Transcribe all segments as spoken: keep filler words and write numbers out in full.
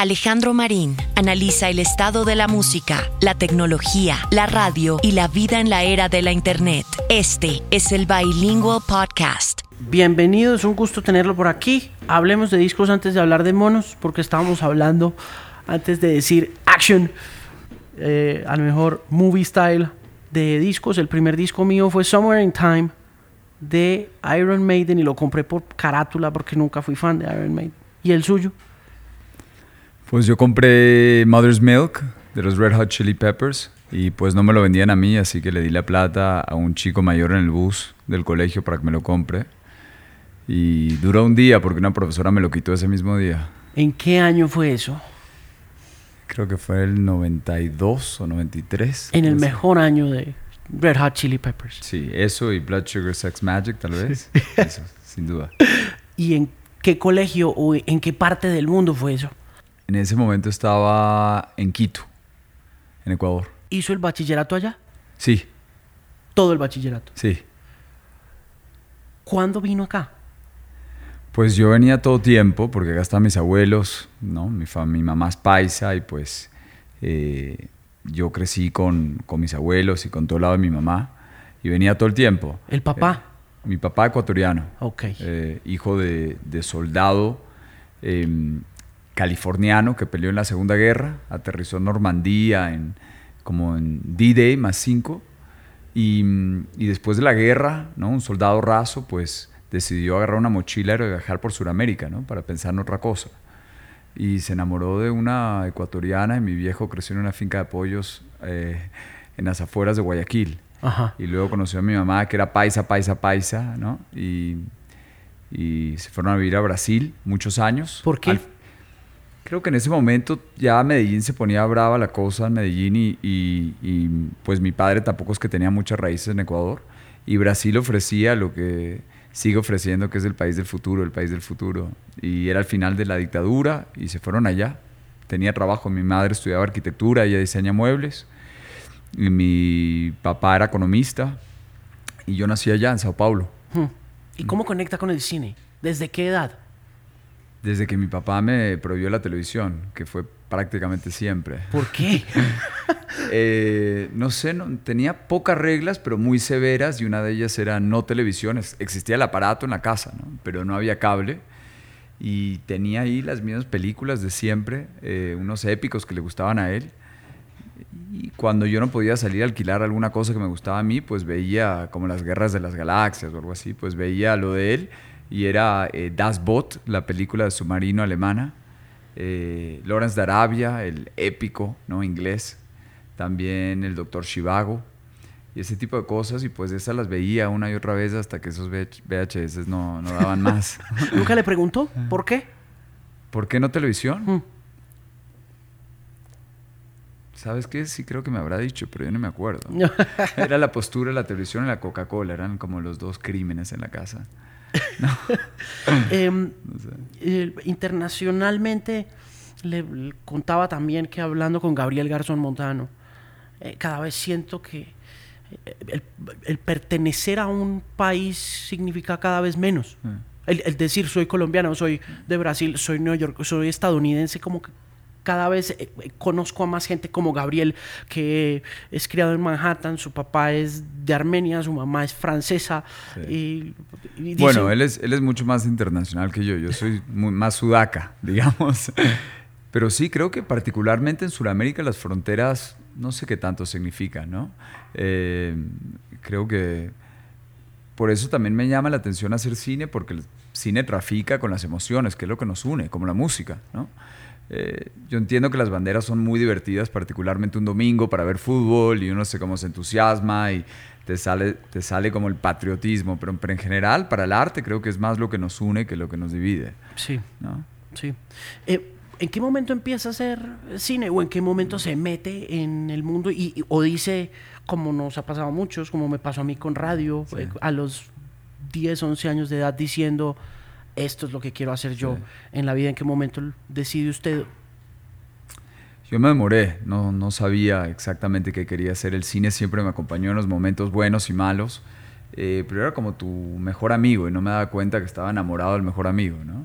Alejandro Marín analiza el estado de la música, la tecnología, la radio y la vida en la era de la Internet. Este es el Bilingual Podcast. Bienvenidos, un gusto tenerlo por aquí. Hablemos de discos antes de hablar de monos, porque estábamos hablando antes de decir action, eh, a lo mejor movie style de discos. El primer disco mío fue Somewhere in Time de Iron Maiden y lo compré por carátula porque nunca fui fan de Iron Maiden. ¿Y el suyo? Pues yo compré Mother's Milk de los Red Hot Chili Peppers y pues no me lo vendían a mí, así que le di la plata a un chico mayor en el bus del colegio para que me lo compre. Y duró un día porque una profesora me lo quitó ese mismo día. ¿En qué año fue eso? Creo que fue el noventa y dos o noventa y tres. En el mejor año de Red Hot Chili Peppers. Sí, eso y Blood Sugar Sex Magic tal vez. Eso, sin duda. ¿Y en qué colegio o en qué parte del mundo fue eso? En ese momento estaba en Quito, en Ecuador. ¿Hizo el bachillerato allá? Sí. ¿Todo el bachillerato? Sí. ¿Cuándo vino acá? Pues yo venía todo tiempo, porque acá están mis abuelos, ¿no? Mi, fam- mi mamá es paisa y pues eh, yo crecí con, con mis abuelos y con todo el lado de mi mamá y venía todo el tiempo. ¿El papá? Eh, mi papá ecuatoriano, Ok. eh, hijo de, de soldado eh, californiano que peleó en la Segunda Guerra, aterrizó en Normandía en, como en D-Day más cinco y, y después de la guerra, ¿no? Un soldado raso pues decidió agarrar una mochila y viajar por Sudamérica, ¿no? Para pensar en otra cosa y se enamoró de una ecuatoriana y mi viejo creció en una finca de pollos eh, en las afueras de Guayaquil. Ajá. Y luego conoció a mi mamá que era paisa, paisa, paisa, ¿no? Y, y se fueron a vivir a Brasil muchos años. ¿Por qué? Al, Creo que en ese momento ya Medellín se ponía brava la cosa en Medellín y, y, y pues mi padre tampoco es que tenía muchas raíces en Ecuador y Brasil ofrecía lo que sigue ofreciendo, que es el país del futuro, el país del futuro. Y era el final de la dictadura y se fueron allá. Tenía trabajo, mi madre estudiaba arquitectura, ella diseña muebles y mi papá era economista y yo nací allá en Sao Paulo. ¿Y cómo conecta con el cine? ¿Desde qué edad? Desde que mi papá me prohibió la televisión, que fue prácticamente siempre. ¿Por qué? eh, no sé, no, tenía pocas reglas, pero muy severas, y una de ellas era no televisión. Existía el aparato en la casa, ¿no? Pero no había cable. Y tenía ahí las mismas películas de siempre, eh, unos épicos que le gustaban a él. Y cuando yo no podía salir a alquilar alguna cosa que me gustaba a mí, pues veía como las Guerras de las Galaxias o algo así, pues veía lo de él. Y era eh, Das Boot, la película de submarino alemana, eh, Lawrence de Arabia, el épico, ¿no? Inglés, también el Doctor Zhivago y ese tipo de cosas, y pues esas las veía una y otra vez hasta que esos V H S no, no daban más. ¿Nunca le preguntó por qué? ¿Por qué no televisión? Mm. ¿Sabes qué? Sí creo que me habrá dicho, pero yo no me acuerdo. Era la postura de la televisión y la Coca-Cola, eran como los dos crímenes en la casa. No. eh, No sé. eh, internacionalmente le, le contaba también que hablando con Gabriel Garzón Montano, eh, cada vez siento que eh, el, el pertenecer a un país significa cada vez menos. Mm. El, el decir soy colombiano, soy de Brasil, soy New York, soy estadounidense, como que cada vez eh, conozco a más gente como Gabriel, que es criado en Manhattan, su papá es de Armenia, su mamá es francesa. Sí. Y, y dicen, Bueno, él es, él es mucho más internacional que yo. Yo soy muy, más sudaca, digamos. Pero sí, creo que particularmente en Sudamérica las fronteras no sé qué tanto significan, ¿no? Eh, creo que por eso también me llama la atención hacer cine, porque el cine trafica con las emociones, que es lo que nos une, como la música, ¿no? Eh, yo entiendo que las banderas son muy divertidas, particularmente un domingo para ver fútbol y uno se, como se entusiasma y te sale, te sale como el patriotismo, pero, pero en general para el arte creo que es más lo que nos une que lo que nos divide. Sí, ¿no? sí. Eh, ¿En qué momento empieza a hacer cine o en qué momento se mete en el mundo y, y- o dice, como nos ha pasado a muchos, como me pasó a mí con radio, Sí. eh, a los diez, once años de edad diciendo esto es lo que quiero hacer yo Sí. en la vida? ¿En qué momento decide usted? Yo me demoré, no, no sabía exactamente qué quería hacer. El cine siempre me acompañó en los momentos buenos y malos, eh, pero era como tu mejor amigo y no me daba cuenta que estaba enamorado del mejor amigo, ¿no?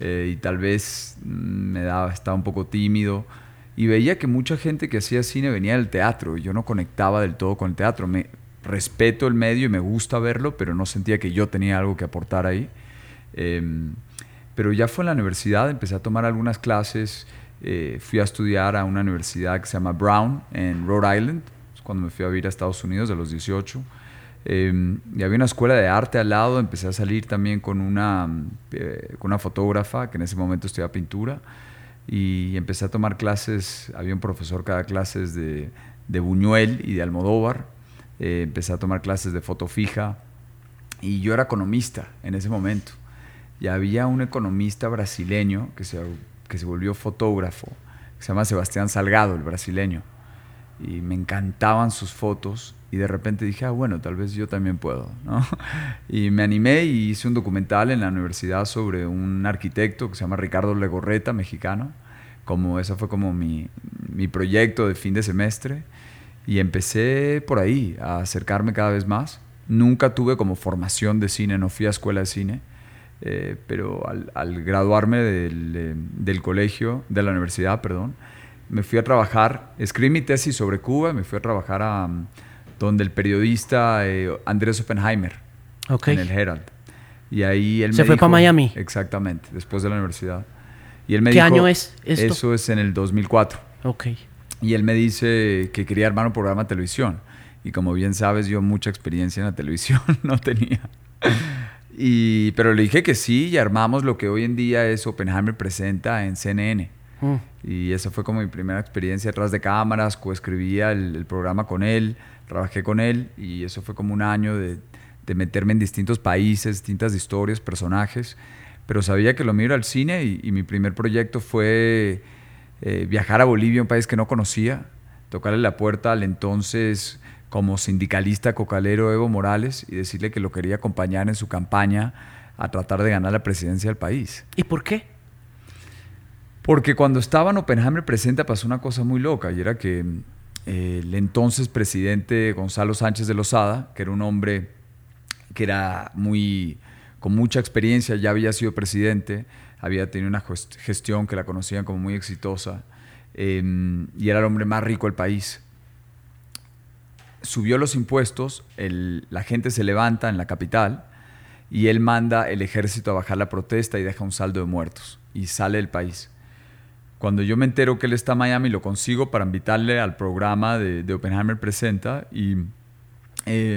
eh, y tal vez me daba, estaba un poco tímido. Y veía que mucha gente que hacía cine venía del teatro y yo no conectaba del todo con el teatro. Me, respeto el medio y me gusta verlo, pero no sentía que yo tenía algo que aportar ahí. Eh, pero ya fue en la universidad, empecé a tomar algunas clases. Eh, fui a estudiar a una universidad que se llama Brown en Rhode Island, cuando me fui a vivir a Estados Unidos a los dieciocho. Eh, y había una escuela de arte al lado. Empecé a salir también con una, eh, con una fotógrafa que en ese momento estudiaba pintura. Y empecé a tomar clases, había un profesor cada clases de, de Buñuel y de Almodóvar. Eh, empecé a tomar clases de foto fija y yo era economista en ese momento. Y había un economista brasileño que se, que se volvió fotógrafo, que se llama Sebastián Salgado, el brasileño. Y me encantaban sus fotos y de repente dije, ah, bueno, tal vez yo también puedo, ¿no? Y me animé y hice un documental en la universidad sobre un arquitecto que se llama Ricardo Legorreta, mexicano. Como ese fue como mi, mi proyecto de fin de semestre. Y empecé por ahí a acercarme cada vez más. Nunca tuve como formación de cine, no fui a escuela de cine. Eh, pero al, al graduarme del, del colegio, de la universidad, perdón, me fui a trabajar, escribí mi tesis sobre Cuba, me fui a trabajar a donde el periodista eh, Andrés Oppenheimer, okay, en el Herald. Y ahí él se me fue dijo, para Miami. Exactamente, después de la universidad. Y él me ¿Qué dijo, año es esto? Eso es en el dos mil cuatro. Okay. Y él me dice que quería armar un programa de televisión. Y como bien sabes, yo mucha experiencia en la televisión no tenía. Y, pero le dije que sí y armamos lo que hoy en día es Oppenheimer Presenta en C N N. Mm. Y esa fue como mi primera experiencia detrás de cámaras, coescribía el, el programa con él, trabajé con él y eso fue como un año de, de meterme en distintos países, distintas historias, personajes, pero sabía que lo mío era el cine y, y mi primer proyecto fue eh, viajar a Bolivia, un país que no conocía, tocarle la puerta al entonces como sindicalista cocalero Evo Morales y decirle que lo quería acompañar en su campaña a tratar de ganar la presidencia del país. ¿Y por qué? Porque cuando estaba en Oppenheimer Presenta pasó una cosa muy loca y era que eh, el entonces presidente Gonzalo Sánchez de Lozada, que era un hombre que era muy, con mucha experiencia, ya había sido presidente, había tenido una gestión que la conocían como muy exitosa eh, y era el hombre más rico del país. Subió los impuestos, el, la gente se levanta en la capital y él manda el ejército a bajar la protesta y deja un saldo de muertos y sale del país. Cuando yo me entero que él está en Miami, lo consigo para invitarle al programa de, de Oppenheimer Presenta y, eh,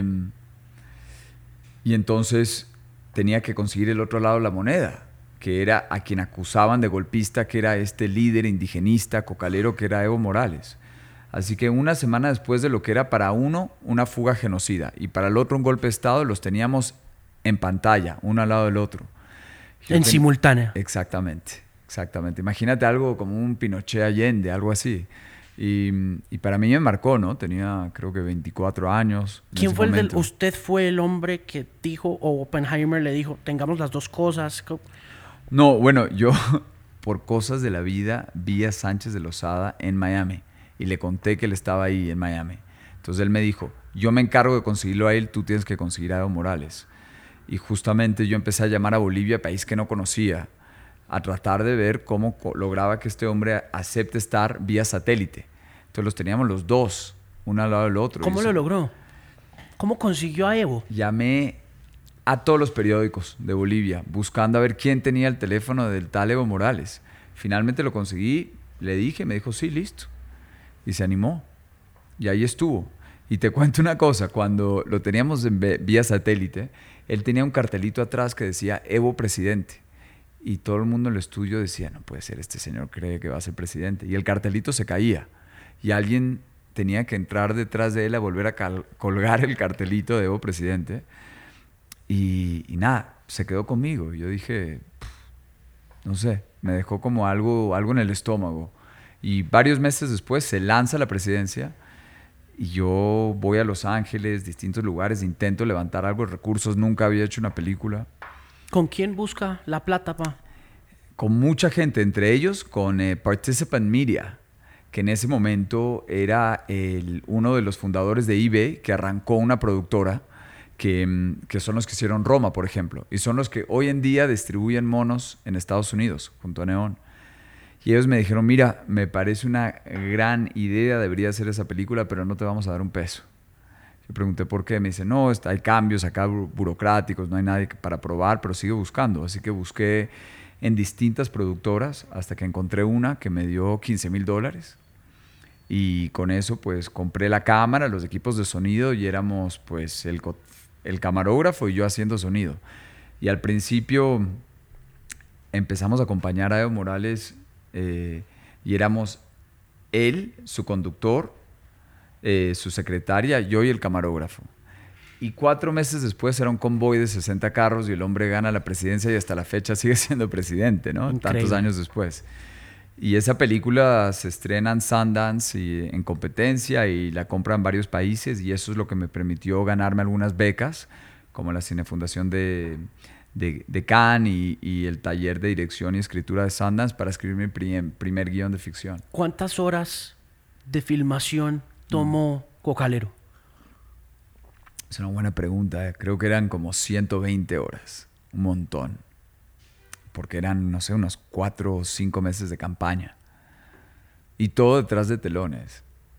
y entonces tenía que conseguir el otro lado de la moneda, que era a quien acusaban de golpista, que era este líder indigenista, cocalero, que era Evo Morales. Así que una semana después de lo que era para uno una fuga genocida y para el otro un golpe de Estado, los teníamos en pantalla, uno al lado del otro. Yo en ten... simultánea. Exactamente. Exactamente. Imagínate algo como un Pinochet Allende, algo así. Y, y para mí me marcó, ¿no? Tenía creo que veinticuatro años. ¿Quién fue momento. el del... ¿Usted fue el hombre que dijo, o Oppenheimer le dijo, tengamos las dos cosas? No, bueno, yo por cosas de la vida vi a Sánchez de Lozada en Miami y le conté que él estaba ahí en Miami. Entonces él me dijo, yo me encargo de conseguirlo a él, tú tienes que conseguir a Evo Morales. Y justamente yo empecé a llamar a Bolivia, país que no conocía, a tratar de ver cómo lograba que este hombre acepte estar vía satélite. Entonces los teníamos los dos, uno al lado del otro. ¿Cómo lo logró? ¿Cómo consiguió a Evo? Llamé a todos los periódicos de Bolivia, buscando a ver quién tenía el teléfono del tal Evo Morales. Finalmente lo conseguí, le dije, me dijo, sí, listo. Y se animó. Y ahí estuvo. Y te cuento una cosa, cuando lo teníamos en vía satélite, él tenía un cartelito atrás que decía Evo presidente. Y todo el mundo en el estudio decía, no puede ser, este señor cree que va a ser presidente. Y el cartelito se caía. Y alguien tenía que entrar detrás de él a volver a cal- colgar el cartelito de Evo presidente. Y, y nada, se quedó conmigo. Y yo dije, no sé, me dejó como algo, algo en el estómago. Y varios meses después se lanza la presidencia y yo voy a Los Ángeles, distintos lugares, intento levantar algo de recursos. Nunca había hecho una película. ¿Con quién busca la plata, pa? Con mucha gente, entre ellos con eh, Participant Media, que en ese momento era el, uno de los fundadores de eBay, que arrancó una productora que, que son los que hicieron Roma, por ejemplo, y son los que hoy en día distribuyen monos en Estados Unidos, junto a Neon. Y ellos me dijeron, mira, me parece una gran idea, debería hacer esa película, pero no te vamos a dar un peso. Yo pregunté por qué, me dice, no, está, hay cambios acá buro- burocráticos, no hay nadie para probar, pero sigue buscando. Así que busqué en distintas productoras hasta que encontré una que me dio quince mil dólares. Y con eso pues compré la cámara, los equipos de sonido y éramos pues el, co- el camarógrafo y yo haciendo sonido. Y al principio empezamos a acompañar a Evo Morales eh, y éramos él, su conductor, eh, su secretaria, yo y el camarógrafo. Y cuatro meses después era un convoy de sesenta carros y el hombre gana la presidencia y hasta la fecha sigue siendo presidente, ¿no? Increíble. Tantos años después. Y esa película se estrena en Sundance y en competencia y la compran en varios países y eso es lo que me permitió ganarme algunas becas, como la Cinefundación de, de, de Cannes y, y el taller de dirección y escritura de Sundance para escribir mi primer, primer guión de ficción. ¿Cuántas horas de filmación tomó mm. Cocalero? Es una buena pregunta. Creo que eran como ciento veinte horas. Un montón. Porque eran, no sé, unos cuatro o cinco meses de campaña. Y todo detrás de telones.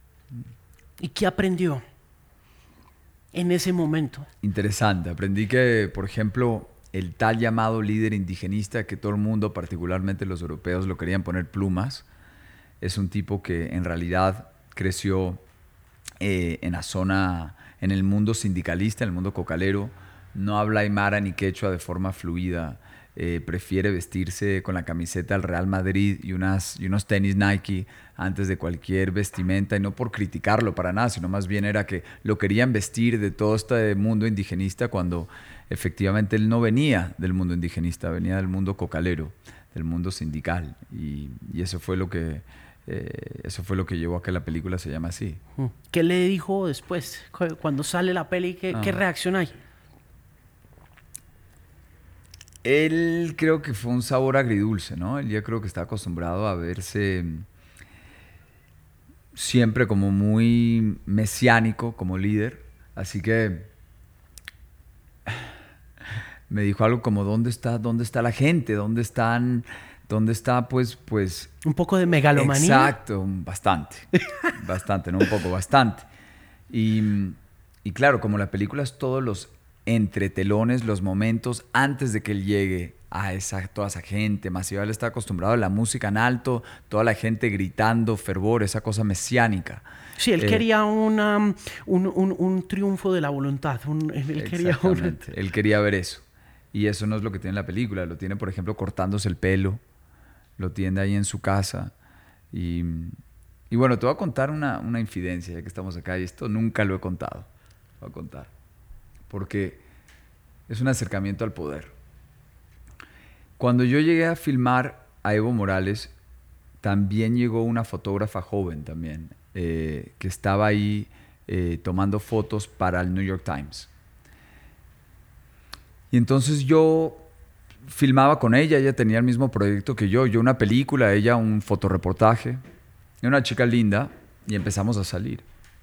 ¿Y qué aprendió en ese momento? Interesante. Aprendí que, por ejemplo, el tal llamado líder indigenista, que todo el mundo, particularmente los europeos, lo querían poner plumas, es un tipo que en realidad creció eh, en la zona... en el mundo sindicalista, en el mundo cocalero, no habla aymara ni quechua de forma fluida, eh, prefiere vestirse con la camiseta del Real Madrid y, unas, y unos tenis Nike antes de cualquier vestimenta, y no por criticarlo para nada, sino más bien era que lo querían vestir de todo este mundo indigenista cuando efectivamente él no venía del mundo indigenista, venía del mundo cocalero, del mundo sindical, y, y eso fue lo que... Eh, eso fue lo que llevó a que la película se llame así. ¿Qué le dijo después? Cuando sale la peli, ¿qué, ah. ¿qué reacción hay? Él creo que fue un sabor agridulce, ¿no? Él ya creo que está acostumbrado a verse siempre como muy mesiánico como líder. Así que me dijo algo como, ¿dónde está, dónde está la gente? ¿Dónde están...? ¿Dónde está, pues, pues... Un poco de megalomanía. Exacto, bastante. Bastante, no un poco, bastante. Y, y claro, como la película es todos los entretelones, los momentos antes de que él llegue a esa, toda esa gente masiva. Él está acostumbrado a la música en alto, toda la gente gritando, fervor, esa cosa mesiánica. Sí, él eh, quería una, un, un, un triunfo de la voluntad. Un, él, quería una... él quería ver eso. Y eso no es lo que tiene la película. Lo tiene, por ejemplo, cortándose el pelo. Lo tiene ahí en su casa. Y, y bueno, te voy a contar una, una infidencia, ya que estamos acá. Y esto nunca lo he contado. Lo voy a contar. Porque es un acercamiento al poder. Cuando yo llegué a filmar a Evo Morales, también llegó una fotógrafa joven también, eh, que estaba ahí eh, tomando fotos para el New York Times. Y entonces yo filmaba con ella, ella tenía el mismo proyecto que yo, yo una película, ella un fotoreportaje, era una chica linda y empezamos a salir.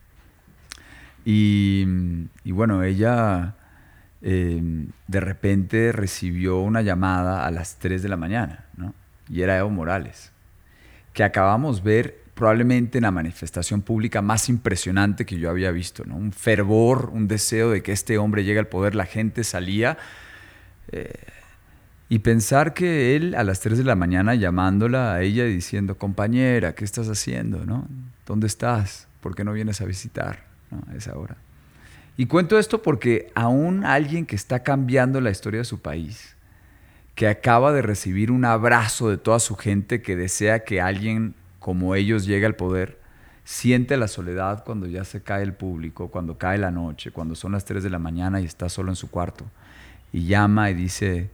Y, y bueno, ella eh, de repente recibió una llamada a las tres de la mañana, ¿no? Y era Evo Morales, que acabamos de ver probablemente en la manifestación pública más impresionante que yo había visto, ¿no? Un fervor, un deseo de que este hombre llegue al poder, la gente salía... Eh, Y pensar que él a las tres de la mañana llamándola a ella y diciendo, compañera, ¿qué estás haciendo? ¿No? ¿Dónde estás? ¿Por qué no vienes a visitar, ¿no? a esa hora? Y cuento esto porque aún alguien que está cambiando la historia de su país, que acaba de recibir un abrazo de toda su gente que desea que alguien como ellos llegue al poder, siente la soledad cuando ya se cae el público, cuando cae la noche, cuando son las tres de la mañana y está solo en su cuarto. Y llama y dice...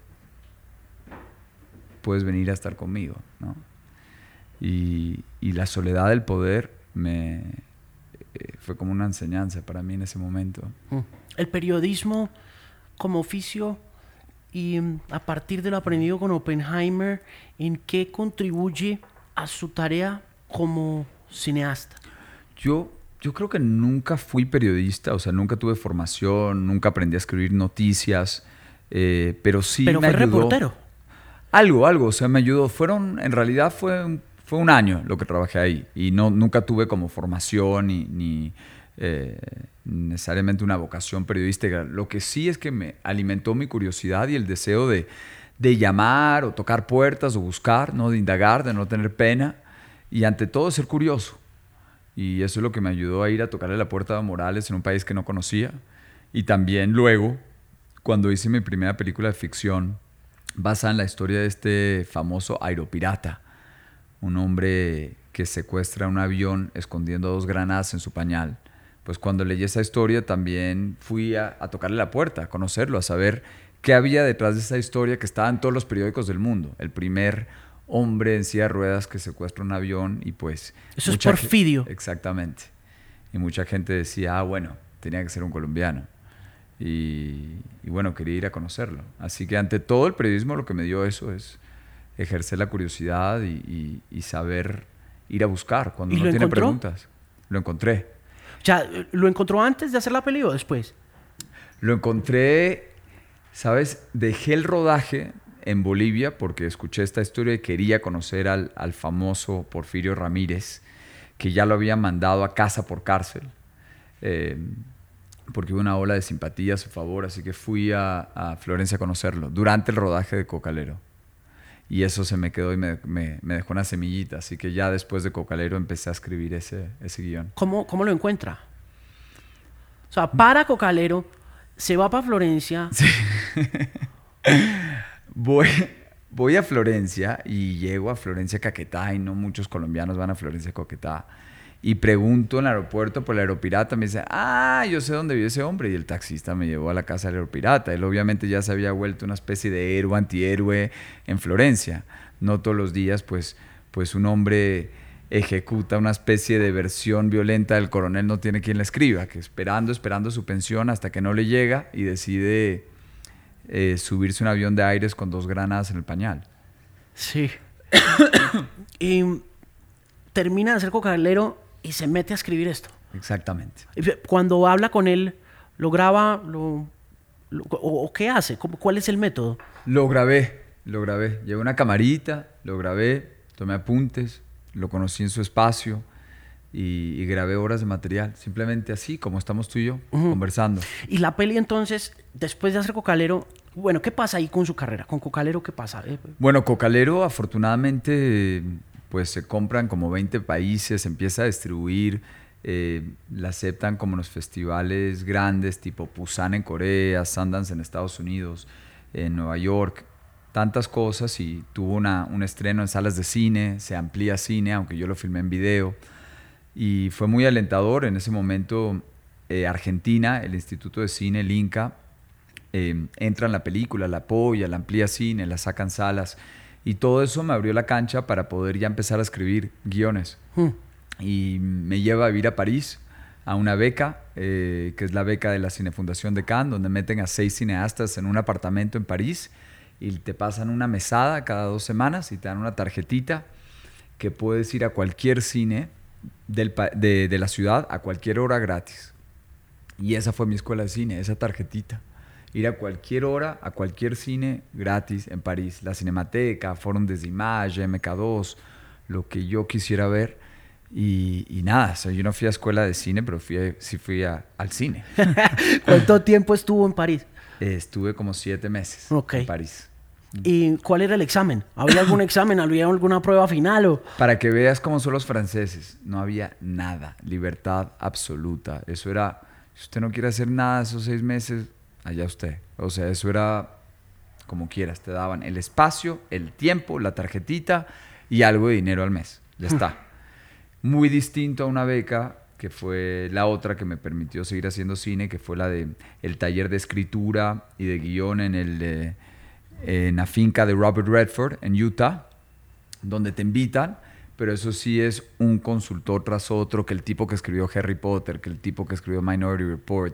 puedes venir a estar conmigo, ¿no? Y, y la soledad del poder me, eh, fue como una enseñanza para mí en ese momento. El periodismo como oficio y a partir de lo aprendido con Oppenheimer, ¿en qué contribuye a su tarea como cineasta? Yo yo creo que nunca fui periodista, o sea, nunca tuve formación, nunca aprendí a escribir noticias, eh, pero sí Pero me fue ayudó. reportero. Algo, algo, o sea, me ayudó. Fueron, en realidad fue un, fue un año lo que trabajé ahí y no, nunca tuve como formación ni, ni eh, necesariamente una vocación periodística. Lo que sí es que me alimentó mi curiosidad y el deseo de, de llamar o tocar puertas o buscar, ¿no? De indagar, de no tener pena y ante todo ser curioso. Y eso es lo que me ayudó a ir a tocarle la puerta a Morales en un país que no conocía. Y también luego, cuando hice mi primera película de ficción, basada en la historia de este famoso aeropirata, un hombre que secuestra un avión escondiendo dos granadas en su pañal. Pues cuando leí esa historia también fui a, a tocarle la puerta, a conocerlo, a saber qué había detrás de esa historia que estaba en todos los periódicos del mundo. El primer hombre en silla de ruedas que secuestra un avión y pues... Eso es Porfirio. Gente, exactamente. Y mucha gente decía, ah, bueno, tenía que ser un colombiano. Y, y bueno, quería ir a conocerlo. Así que ante todo el periodismo lo que me dio eso es ejercer la curiosidad y, y, y saber ir a buscar cuando uno tiene preguntas. Lo encontré. O sea, ¿lo encontró antes de hacer la peli o después? Lo encontré, ¿sabes? Dejé el rodaje en Bolivia porque escuché esta historia y quería conocer al, al famoso Porfirio Ramírez, que ya lo habían mandado a casa por cárcel, eh, porque hubo una ola de simpatía a su favor, así que fui a, a Florencia a conocerlo durante el rodaje de Cocalero. Y eso se me quedó y me, me, me dejó una semillita, así que ya después de Cocalero empecé a escribir ese, ese guión. ¿Cómo, ¿Cómo lo encuentra? O sea, para Cocalero, se va para Florencia... Sí. Voy, voy a Florencia y llego a Florencia Caquetá y no muchos colombianos van a Florencia Caquetá y pregunto en el aeropuerto por el aeropirata, me dice, ah, yo sé dónde vive ese hombre, y el taxista me llevó a la casa del aeropirata. Él obviamente ya se había vuelto una especie de héroe, antihéroe en Florencia. No todos los días pues, pues un hombre ejecuta una especie de versión violenta del coronel, no tiene quien le escriba, que esperando, esperando su pensión hasta que no le llega y decide... Eh, subirse un avión de aires con dos granadas en el pañal. Sí. Y termina de hacer Cocalero y se mete a escribir esto. Exactamente. Cuando habla con él, ¿lo graba? Lo, lo, o, ¿O qué hace? ¿Cuál es el método? Lo grabé, lo grabé. Llevé una camarita, lo grabé, tomé apuntes, lo conocí en su espacio y, y grabé horas de material. Simplemente así, como estamos tú y yo, uh-huh. conversando. Y la peli entonces, después de hacer Cocalero, bueno, ¿qué pasa ahí con su carrera? ¿Con Cocalero qué pasa? Eh, bueno, Cocalero afortunadamente pues se compran como veinte países, se empieza a distribuir, eh, la aceptan como en los festivales grandes tipo Busan en Corea, Sundance en Estados Unidos, en Nueva York, tantas cosas, y tuvo una, un estreno en salas de cine, se amplía cine, aunque yo lo filmé en video, y fue muy alentador. En ese momento eh, Argentina, el Instituto de Cine, el INCA, Eh, entra en la película, la apoya, la amplía cine, la sacan salas, y todo eso me abrió la cancha para poder ya empezar a escribir guiones. Mm. Y me lleva a vivir a París a una beca, eh, que es la beca de la Cinefundación de Cannes, donde meten a seis cineastas en un apartamento en París y te pasan una mesada cada dos semanas y te dan una tarjetita que puedes ir a cualquier cine del, de, de la ciudad a cualquier hora gratis. Y esa fue mi escuela de cine, esa tarjetita. Ir a cualquier hora, a cualquier cine gratis en París. La Cinemateca, Forum des Images, M K dos, lo que yo quisiera ver. Y, y nada, o sea, yo no fui a escuela de cine, pero fui a, sí fui a, al cine. ¿Cuánto tiempo estuvo en París? Eh, estuve como siete meses okay. en París. ¿Y cuál era el examen? ¿Había algún examen? ¿Había alguna prueba final? O? Para que veas cómo son los franceses, no había nada. Libertad absoluta. Eso era, si usted no quiere hacer nada esos seis meses... allá usted. O sea, eso era como quieras. Te daban el espacio, el tiempo, la tarjetita y algo de dinero al mes. Ya está. Muy distinto a una beca que fue la otra que me permitió seguir haciendo cine, que fue la de el taller de escritura y de guión en, el, eh, en la finca de Robert Redford en Utah, donde te invitan, pero eso sí es un consultor tras otro, que el tipo que escribió Harry Potter, que el tipo que escribió Minority Report,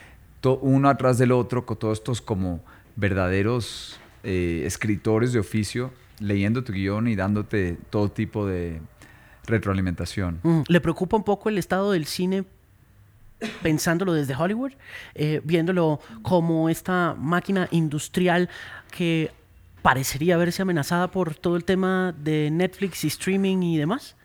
uno atrás del otro, con todos estos como verdaderos eh, escritores de oficio, leyendo tu guión y dándote todo tipo de, retroalimentación. Mm, ¿Le preocupa un poco el estado del cine pensándolo desde Hollywood? Eh, viéndolo como esta máquina industrial que parecería verse amenazada por todo el tema de Netflix y streaming y demás.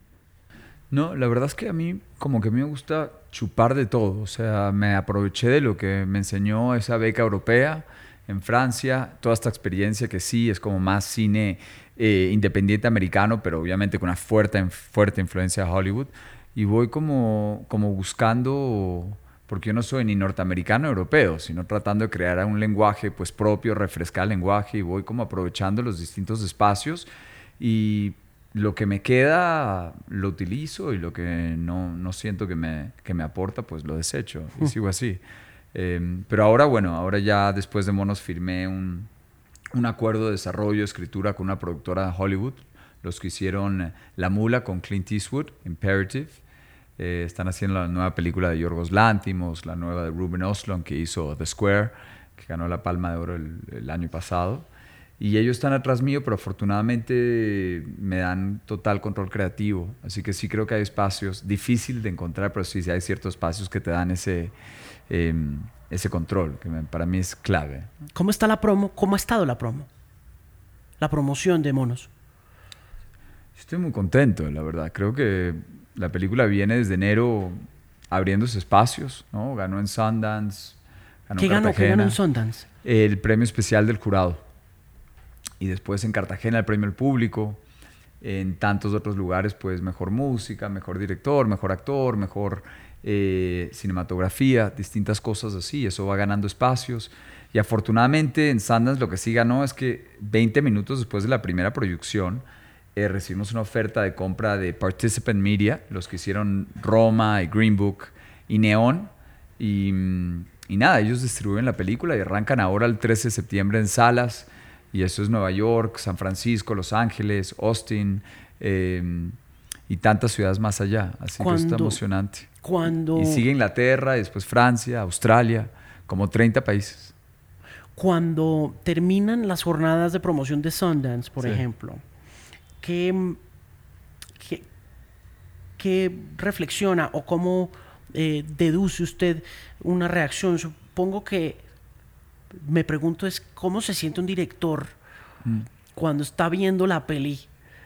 No, la verdad es que a mí como que a mí me gusta chupar de todo. O sea, me aproveché de lo que me enseñó esa beca europea en Francia, toda esta experiencia que sí es como más cine eh, independiente americano, pero obviamente con una fuerte, fuerte influencia de Hollywood. Y voy como, como buscando, porque yo no soy ni norteamericano ni europeo, sino tratando de crear un lenguaje pues, propio, refrescar el lenguaje, y voy como aprovechando los distintos espacios, y lo que me queda lo utilizo, y lo que no, no siento que me, que me aporta, pues lo desecho, y sigo así. Eh, pero ahora, bueno, ahora ya después de Monos firmé un, un acuerdo de desarrollo, escritura con una productora de Hollywood, los que hicieron La Mula con Clint Eastwood, Imperative. Eh, están haciendo la nueva película de Yorgos Lanthimos, la nueva de Ruben Östlund que hizo The Square, que ganó la Palma de Oro el, el año pasado. Y ellos están atrás mío, pero afortunadamente me dan total control creativo. Así que sí creo que hay espacios, difícil de encontrar, pero sí, sí hay ciertos espacios que te dan ese, eh, ese control, que me, para mí es clave. ¿Cómo está la promo? ¿Cómo ha estado la promo? La promoción de Monos. Estoy muy contento, la verdad. Creo que la película viene desde enero abriéndose espacios, ¿no? Ganó en Sundance, ganó ¿Qué en ganó? Cartagena. ¿Qué ganó en Sundance? El premio especial del jurado. Y después en Cartagena el premio al público. En tantos otros lugares, pues mejor música, mejor director, mejor actor, mejor eh, cinematografía, distintas cosas así. Eso va ganando espacios. Y afortunadamente en Sundance lo que sí ganó es que veinte minutos después de la primera proyección, Eh, recibimos una oferta de compra de Participant Media, los que hicieron Roma y Green Book y Neon. Y, y nada, ellos distribuyen la película y arrancan ahora el trece de septiembre en salas. Y eso es Nueva York, San Francisco, Los Ángeles, Austin eh, y tantas ciudades más allá. Así que está emocionante. Cuando, y sigue Inglaterra, y después Francia, Australia, como treinta países. Cuando terminan las jornadas de promoción de Sundance, por sí. ejemplo, ¿Qué, qué, ¿Qué reflexiona o cómo eh, deduce usted una reacción? Supongo que me pregunto es cómo se siente un director mm. cuando está viendo la peli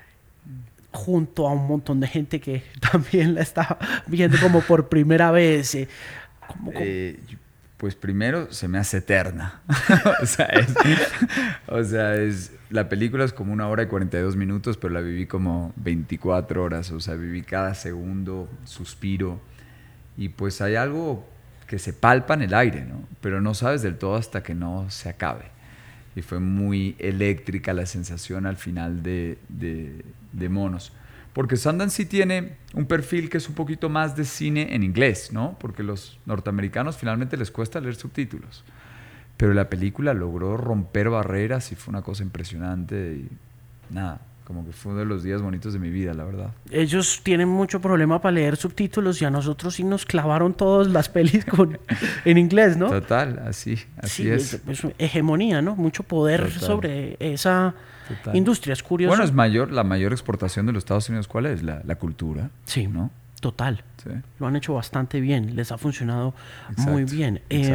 junto a un montón de gente que también la está viendo como por primera vez. Eh, ¿cómo, cómo? Eh, pues primero se me hace eterna. o sea, es, o sea es, la película es como una hora y cuarenta y dos minutos, pero la viví como veinticuatro horas. O sea, viví cada segundo, suspiro. Y pues hay algo que se palpa en el aire, ¿no? Pero no sabes del todo hasta que no se acabe. Y fue muy eléctrica la sensación al final de, de, de Monos. Porque Sundance sí tiene un perfil que es un poquito más de cine en inglés, ¿no? Porque los norteamericanos finalmente les cuesta leer subtítulos. Pero la película logró romper barreras y fue una cosa impresionante. Y nada, como que fue uno de los días bonitos de mi vida, la verdad. Ellos tienen mucho problema para leer subtítulos y a nosotros sí nos clavaron todas las pelis con, en inglés, ¿no? Total, así, así sí, es. es. Es hegemonía, ¿no? Mucho poder Total. sobre esa Total. industria, es curioso. Bueno, es mayor, la mayor exportación de los Estados Unidos, ¿cuál es? La, la cultura. Sí, ¿no? Total. Sí. Lo han hecho bastante bien, les ha funcionado exacto, muy bien. Eh,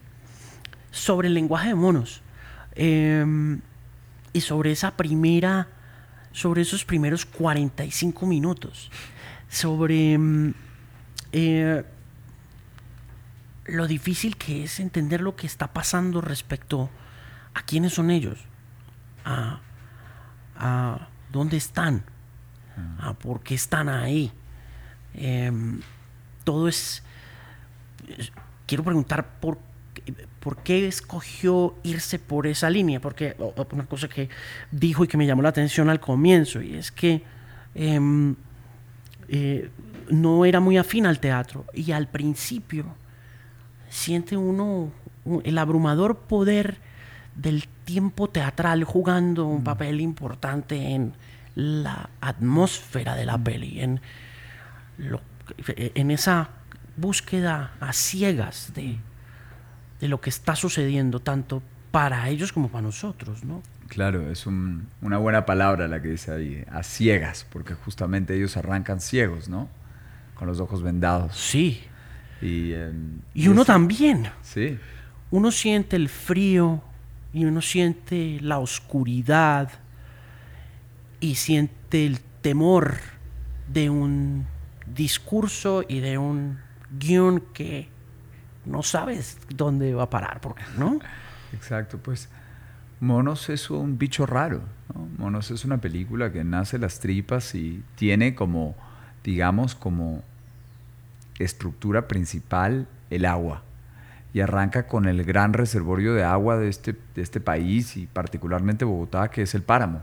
sobre el lenguaje de Monos eh, y sobre esa primera... sobre esos primeros cuarenta y cinco minutos, sobre eh, lo difícil que es entender lo que está pasando respecto a quiénes son ellos, a, a dónde están, a por qué están ahí. Eh, todo es... Quiero preguntar por ¿por qué escogió irse por esa línea? Porque una cosa que dijo y que me llamó la atención al comienzo, y es que eh, eh, no era muy afín al teatro, y al principio siente uno el abrumador poder del tiempo teatral jugando un papel importante en la atmósfera de la peli, en, lo, en esa búsqueda a ciegas de de lo que está sucediendo tanto para ellos como para nosotros, ¿no? Claro, es un, una buena palabra la que dice ahí, a ciegas, porque justamente ellos arrancan ciegos, ¿no? Con los ojos vendados. Sí. Y, eh, y uno es, también. Sí. Uno siente el frío y uno siente la oscuridad y siente el temor de un discurso y de un guión que no sabes dónde va a parar, ¿no? Exacto, pues Monos es un bicho raro, ¿no? Monos es una película que nace las tripas y tiene como, digamos, como estructura principal el agua. Y arranca con el gran reservorio de agua de este, de este país y particularmente Bogotá, que es el páramo.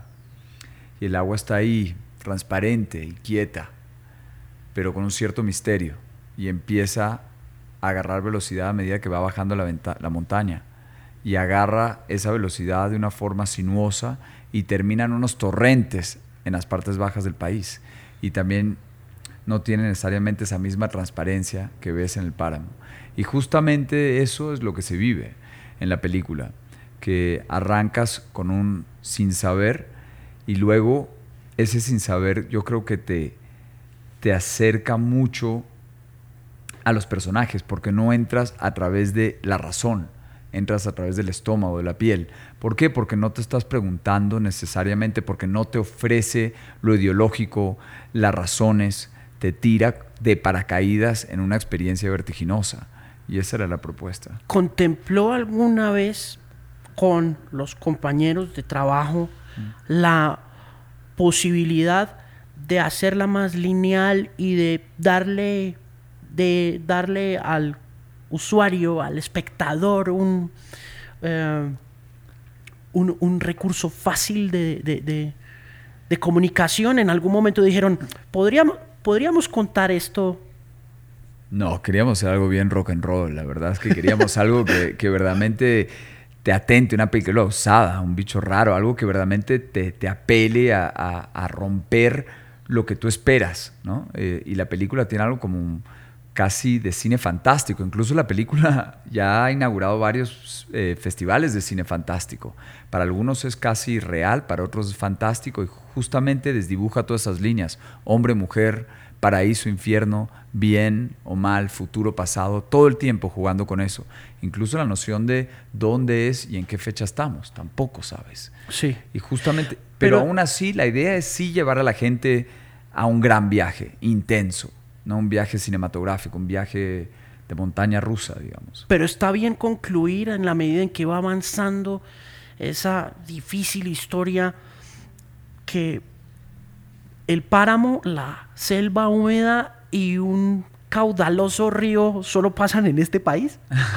Y el agua está ahí, transparente y quieta, pero con un cierto misterio. Y empieza a agarrar velocidad a medida que va bajando la, venta- la montaña. Y agarra esa velocidad de una forma sinuosa y termina en unos torrentes en las partes bajas del país. Y también no tiene necesariamente esa misma transparencia que ves en el páramo. Y justamente eso es lo que se vive en la película, que arrancas con un sin saber y luego ese sin saber yo creo que te, te acerca mucho a los personajes, porque no entras a través de la razón, entras a través del estómago, de la piel. ¿Por qué? Porque no te estás preguntando necesariamente, porque no te ofrece lo ideológico, las razones, te tira de paracaídas en una experiencia vertiginosa. Y esa era la propuesta. ¿Contempló alguna vez con los compañeros de trabajo mm. la posibilidad de hacerla más lineal y de darle, de darle al usuario, al espectador, un, eh, un, un recurso fácil de, de, de, de comunicación? En algún momento dijeron, ¿podríamos, podríamos contar esto? No, queríamos hacer algo bien rock and roll. La verdad es que queríamos algo que, que verdaderamente te atente, una película osada, un bicho raro, algo que verdaderamente te, te apele a, a, a romper lo que tú esperas, ¿no? Eh, y la película tiene algo como un, casi de cine fantástico. Incluso la película ya ha inaugurado varios eh, festivales de cine fantástico. Para algunos es casi real, para otros es fantástico y justamente desdibuja todas esas líneas. Hombre, mujer, paraíso, infierno, bien o mal, futuro, pasado, todo el tiempo jugando con eso. Incluso la noción de dónde es y en qué fecha estamos, tampoco sabes. Sí. Y justamente, pero, pero aún así la idea es sí llevar a la gente a un gran viaje, intenso, no un viaje cinematográfico, un viaje de montaña rusa, digamos. Pero está bien concluir en la medida en que va avanzando esa difícil historia que el páramo, la selva húmeda y un caudaloso río solo pasan en este país.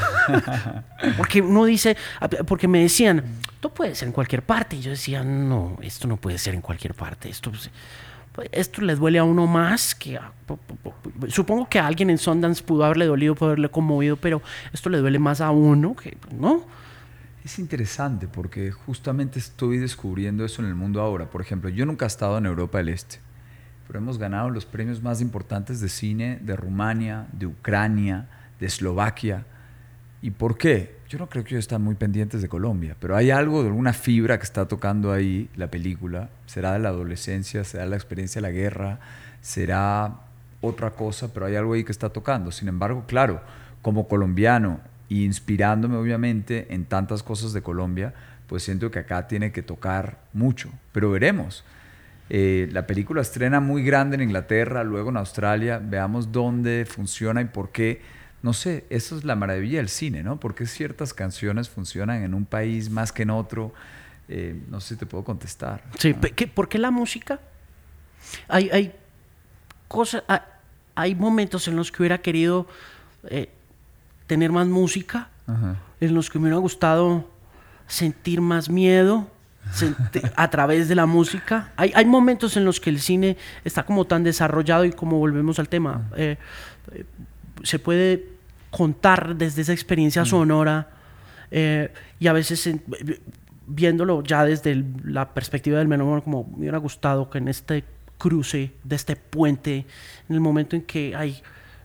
Porque uno dice, porque me decían, esto puede ser en cualquier parte. Y yo decía, no, esto no puede ser en cualquier parte. Esto, esto le duele a uno más que a, supongo que a alguien en Sundance pudo haberle dolido, pudo haberle conmovido, pero esto le duele más a uno que, ¿no? Es interesante porque justamente estoy descubriendo eso en el mundo ahora. Por ejemplo, yo nunca he estado en Europa del Este, pero hemos ganado los premios más importantes de cine de Rumania, de Ucrania, de Eslovaquia. ¿Y por qué? Yo no creo que ellos están muy pendientes de Colombia, pero hay algo de alguna fibra que está tocando ahí la película. Será de la adolescencia, será la experiencia de la guerra, será otra cosa, pero hay algo ahí que está tocando. Sin embargo, claro, como colombiano, y inspirándome obviamente en tantas cosas de Colombia, pues siento que acá tiene que tocar mucho, pero veremos. Eh, la película estrena muy grande en Inglaterra, luego en Australia, veamos dónde funciona y por qué. No sé, eso es la maravilla del cine, ¿no? ¿Por qué ciertas canciones funcionan en un país más que en otro? Eh, no sé si te puedo contestar. Sí, ¿no? ¿qué, ¿por qué la música? Hay, hay cosas, hay, hay momentos en los que hubiera querido eh, tener más música, ajá, en los que me hubiera gustado sentir más miedo sentir, a través de la música. Hay, hay momentos en los que el cine está como tan desarrollado y como volvemos al tema, eh, eh, se puede contar desde esa experiencia uh-huh. sonora eh, y a veces eh, viéndolo ya desde el, la perspectiva del melómano, como me hubiera gustado que en este cruce de este puente, en el momento en que hay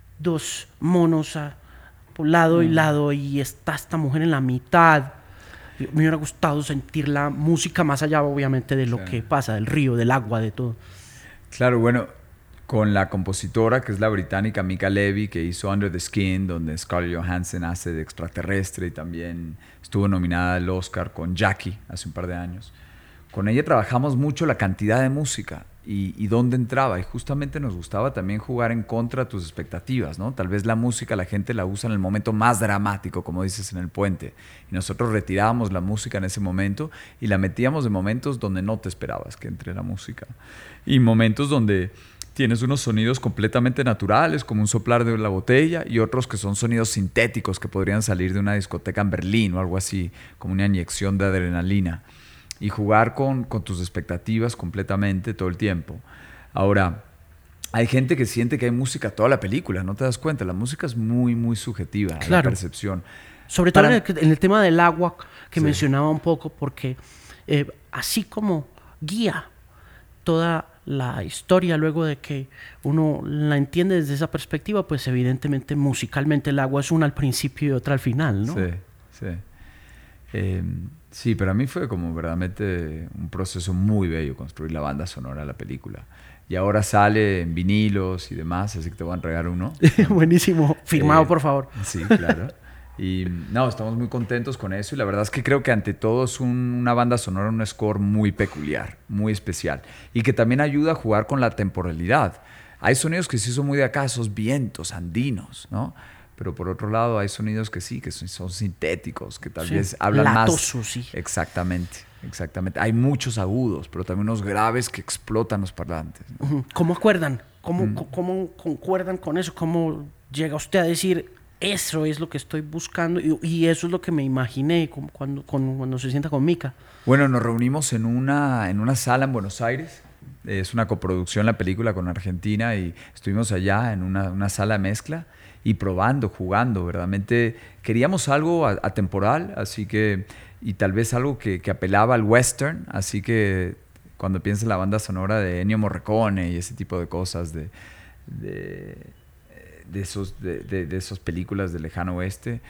dos monos a lado y lado y está esta mujer en la mitad Me hubiera gustado sentir la música más allá, obviamente, de lo Claro. que pasa, del río, del agua, de todo. Claro, bueno, con la compositora, que es la británica Mika Levy, que hizo Under the Skin, donde Scarlett Johansson hace de extraterrestre y también estuvo nominada al Oscar con Jackie hace un par de años. Con ella trabajamos mucho la cantidad de música y, y dónde entraba. Y justamente nos gustaba también jugar en contra de tus expectativas, ¿no? Tal vez la música la gente la usa en el momento más dramático, como dices en El Puente. Y nosotros retirábamos la música en ese momento y la metíamos en momentos donde no te esperabas que entre la música. Y momentos donde tienes unos sonidos completamente naturales, como un soplar de la botella, y otros que son sonidos sintéticos que podrían salir de una discoteca en Berlín o algo así, como una inyección de adrenalina. Y jugar con, con tus expectativas completamente todo el tiempo. Ahora, hay gente que siente que hay música toda la película, no te das cuenta. La música es muy, muy subjetiva a la Claro. percepción. Sobre todo Para- en, el, en el tema del agua, que Sí. mencionaba un poco, porque eh, así como guía toda la historia luego de que uno la entiende desde esa perspectiva, pues evidentemente musicalmente el agua es una al principio y otra al final, ¿no? Sí, sí. Eh, sí, pero a mí fue como verdaderamente un proceso muy bello construir la banda sonora de la película. Y ahora sale en vinilos y demás, así que te voy a entregar uno. Buenísimo. Firmado, Eh, por favor. Sí, claro. Y no, estamos muy contentos con eso y la verdad es que creo que ante todo es un- una banda sonora, un score muy peculiar, muy especial y que también ayuda a jugar con la temporalidad. Hay sonidos que sí son muy de acá, esos vientos andinos, ¿no? Pero por otro lado hay sonidos que sí, que son, son sintéticos, que tal Sí, vez hablan más... latosos, sí. Exactamente, exactamente. Hay muchos agudos, pero también unos graves que explotan los parlantes, ¿no? Ujú. ¿Cómo acuerdan? ¿Cómo, Mm. co- ¿Cómo concuerdan con eso? ¿Cómo llega usted a decir, eso es lo que estoy buscando y, y eso es lo que me imaginé como cuando, con- cuando se sienta con Mika? Bueno, nos reunimos en una, en una sala en Buenos Aires. Es una coproducción la película con Argentina y estuvimos allá en una, una sala de mezcla y probando, jugando. Verdaderamente queríamos algo a- atemporal, así que, y tal vez algo que, que apelaba al western. Así que cuando piensas en la banda sonora de Ennio Morricone y ese tipo de cosas, de, de, de, esos, de, de, de esas películas del lejano oeste.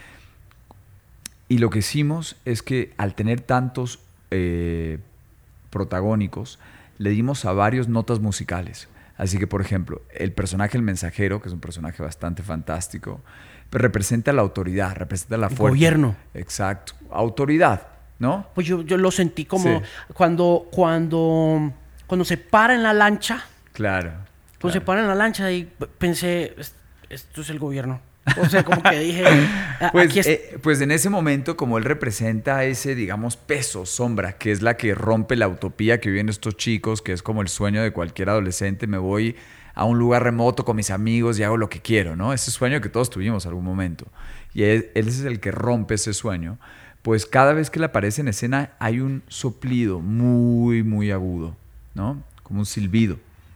Y lo que hicimos es que al tener tantos eh, protagónicos, le dimos a varios notas musicales. Así que, por ejemplo, el personaje El Mensajero, que es un personaje bastante fantástico, pues representa la autoridad, representa la El fuerza. gobierno. Exacto. Autoridad, ¿no? Pues yo, yo lo sentí como Sí. cuando, cuando, cuando se para en la lancha, Claro. cuando se claro. para en la lancha y p- pensé, "Es- esto es el gobierno". O sea, como que dije, "A- Pues, aquí es... eh, pues en ese momento, como él representa ese, digamos, peso, sombra, que es la que rompe la utopía que viven estos chicos, que es como el sueño de cualquier adolescente, me voy a un lugar remoto con mis amigos y hago lo que quiero, ¿no? Ese sueño que todos tuvimos algún momento. Y él, él es el que rompe ese sueño. Pues cada vez que le aparece en escena hay un soplido muy, muy agudo, ¿no? Como un silbido.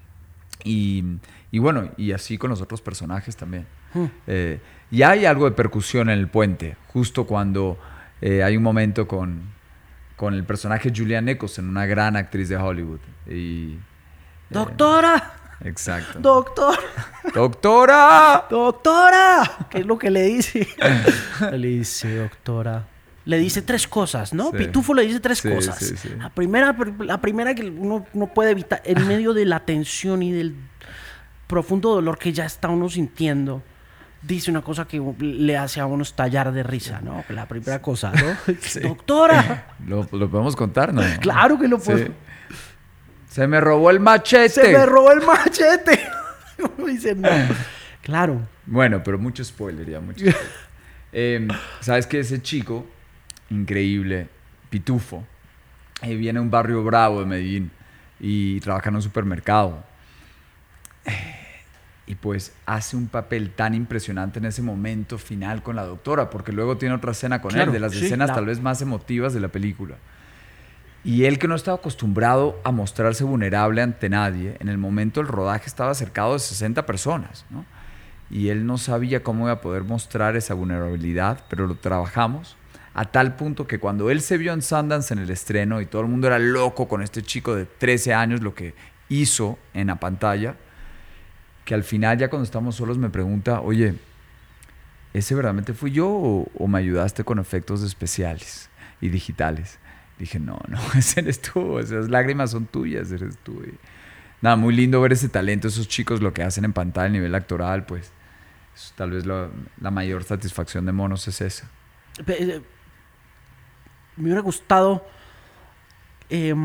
Y, y bueno, y así con los otros personajes también. Hmm. Eh, y hay algo de percusión en El Puente, justo cuando eh, hay un momento con, con el personaje Julianne Nicholson, una gran actriz de Hollywood. Y, eh, ¡Doctora! exacto. ¡Doctor! ¡Doctora! ¡Doctora! ¿Qué es lo que le dice? Le dice, doctora. Le dice tres cosas, ¿no? Sí. Pitufo le dice tres Sí, cosas. sí, sí. La primera, la primera que uno no puede evitar, en medio de la tensión y del profundo dolor que ya está uno sintiendo, dice una cosa que le hace a uno estallar de risa, ¿no? La primera cosa, ¿no? ¡Doctora! ¿Lo, lo podemos contar, no? Claro que lo Sí. puedo. Se me robó el machete. ¡Se me robó el machete! Uno dice, no. Claro. Bueno, pero mucho spoiler ya, mucho spoiler. Eh, ¿Sabes que ese chico, increíble, Pitufo, eh, viene de un barrio bravo de Medellín y trabaja en un supermercado? Eh, y pues hace un papel tan impresionante en ese momento final con la doctora, porque luego tiene otra escena con Claro, él, de las sí, escenas la- tal vez más emotivas de la película. Y él, que no estaba acostumbrado a mostrarse vulnerable ante nadie, en el momento del rodaje estaba cercado de sesenta personas, ¿no? Y él no sabía cómo iba a poder mostrar esa vulnerabilidad, pero lo trabajamos a tal punto que cuando él se vio en Sundance en el estreno y todo el mundo era loco con este chico de trece años, lo que hizo en la pantalla, que al final ya cuando estamos solos me pregunta, oye, ¿ese verdaderamente fui yo o, o me ayudaste con efectos especiales? y digitales. Dije, no, no, ese eres tú, esas lágrimas son tuyas, eres tú. Y nada, muy lindo ver ese talento, esos chicos, lo que hacen en pantalla a nivel actoral, pues tal vez lo, la mayor satisfacción de Monos es esa. Me hubiera gustado, eh,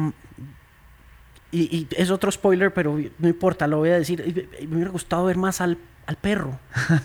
y, y es otro spoiler, pero no importa, lo voy a decir, me hubiera gustado ver más al, al perro.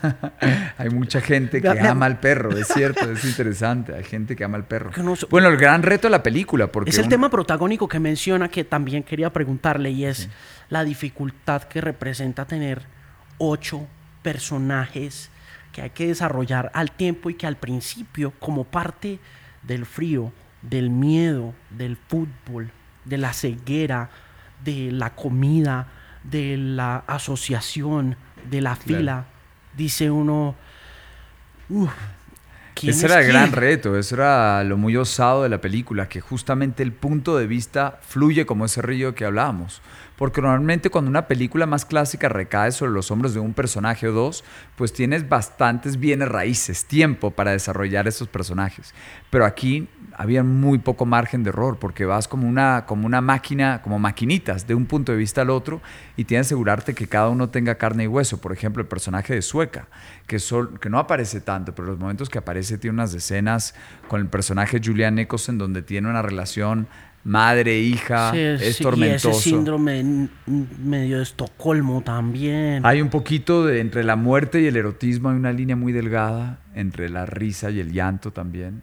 Hay mucha gente que me, me, ama al perro, es cierto, es interesante, hay gente que ama al perro. No, bueno, el gran reto de la película, porque... Es el un... tema protagónico que menciona, que también quería preguntarle, y es sí. la dificultad que representa tener ocho personajes que hay que desarrollar al tiempo y que al principio, como parte del frío, del miedo, del fútbol, de la ceguera, de la comida, de la asociación, de la fila, claro. dice uno, uff, ese era el gran reto, eso era lo muy osado de la película, que justamente el punto de vista fluye como ese río que hablábamos. Porque normalmente cuando una película más clásica recae sobre los hombros de un personaje o dos, pues tienes bastantes bienes raíces, tiempo para desarrollar esos personajes. Pero aquí había muy poco margen de error, porque vas como una, como una máquina, como maquinitas, de un punto de vista al otro, y tienes que asegurarte que cada uno tenga carne y hueso. Por ejemplo, el personaje de Sueca, que, sol, que no aparece tanto, pero los momentos que aparece tiene unas escenas con el personaje Julian Nicholson, donde tiene una relación madre, hija, sí, es sí, tormentoso. Y ese síndrome medio de Estocolmo también. Hay un poquito de, entre la muerte y el erotismo, hay una línea muy delgada, entre la risa y el llanto también.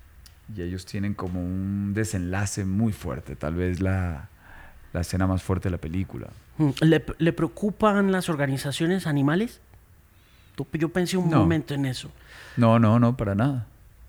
Y ellos tienen como un desenlace muy fuerte, tal vez la, la escena más fuerte de la película. ¿Le, le preocupan las organizaciones animales? Yo pensé un no. momento en eso. No, no, no, para nada.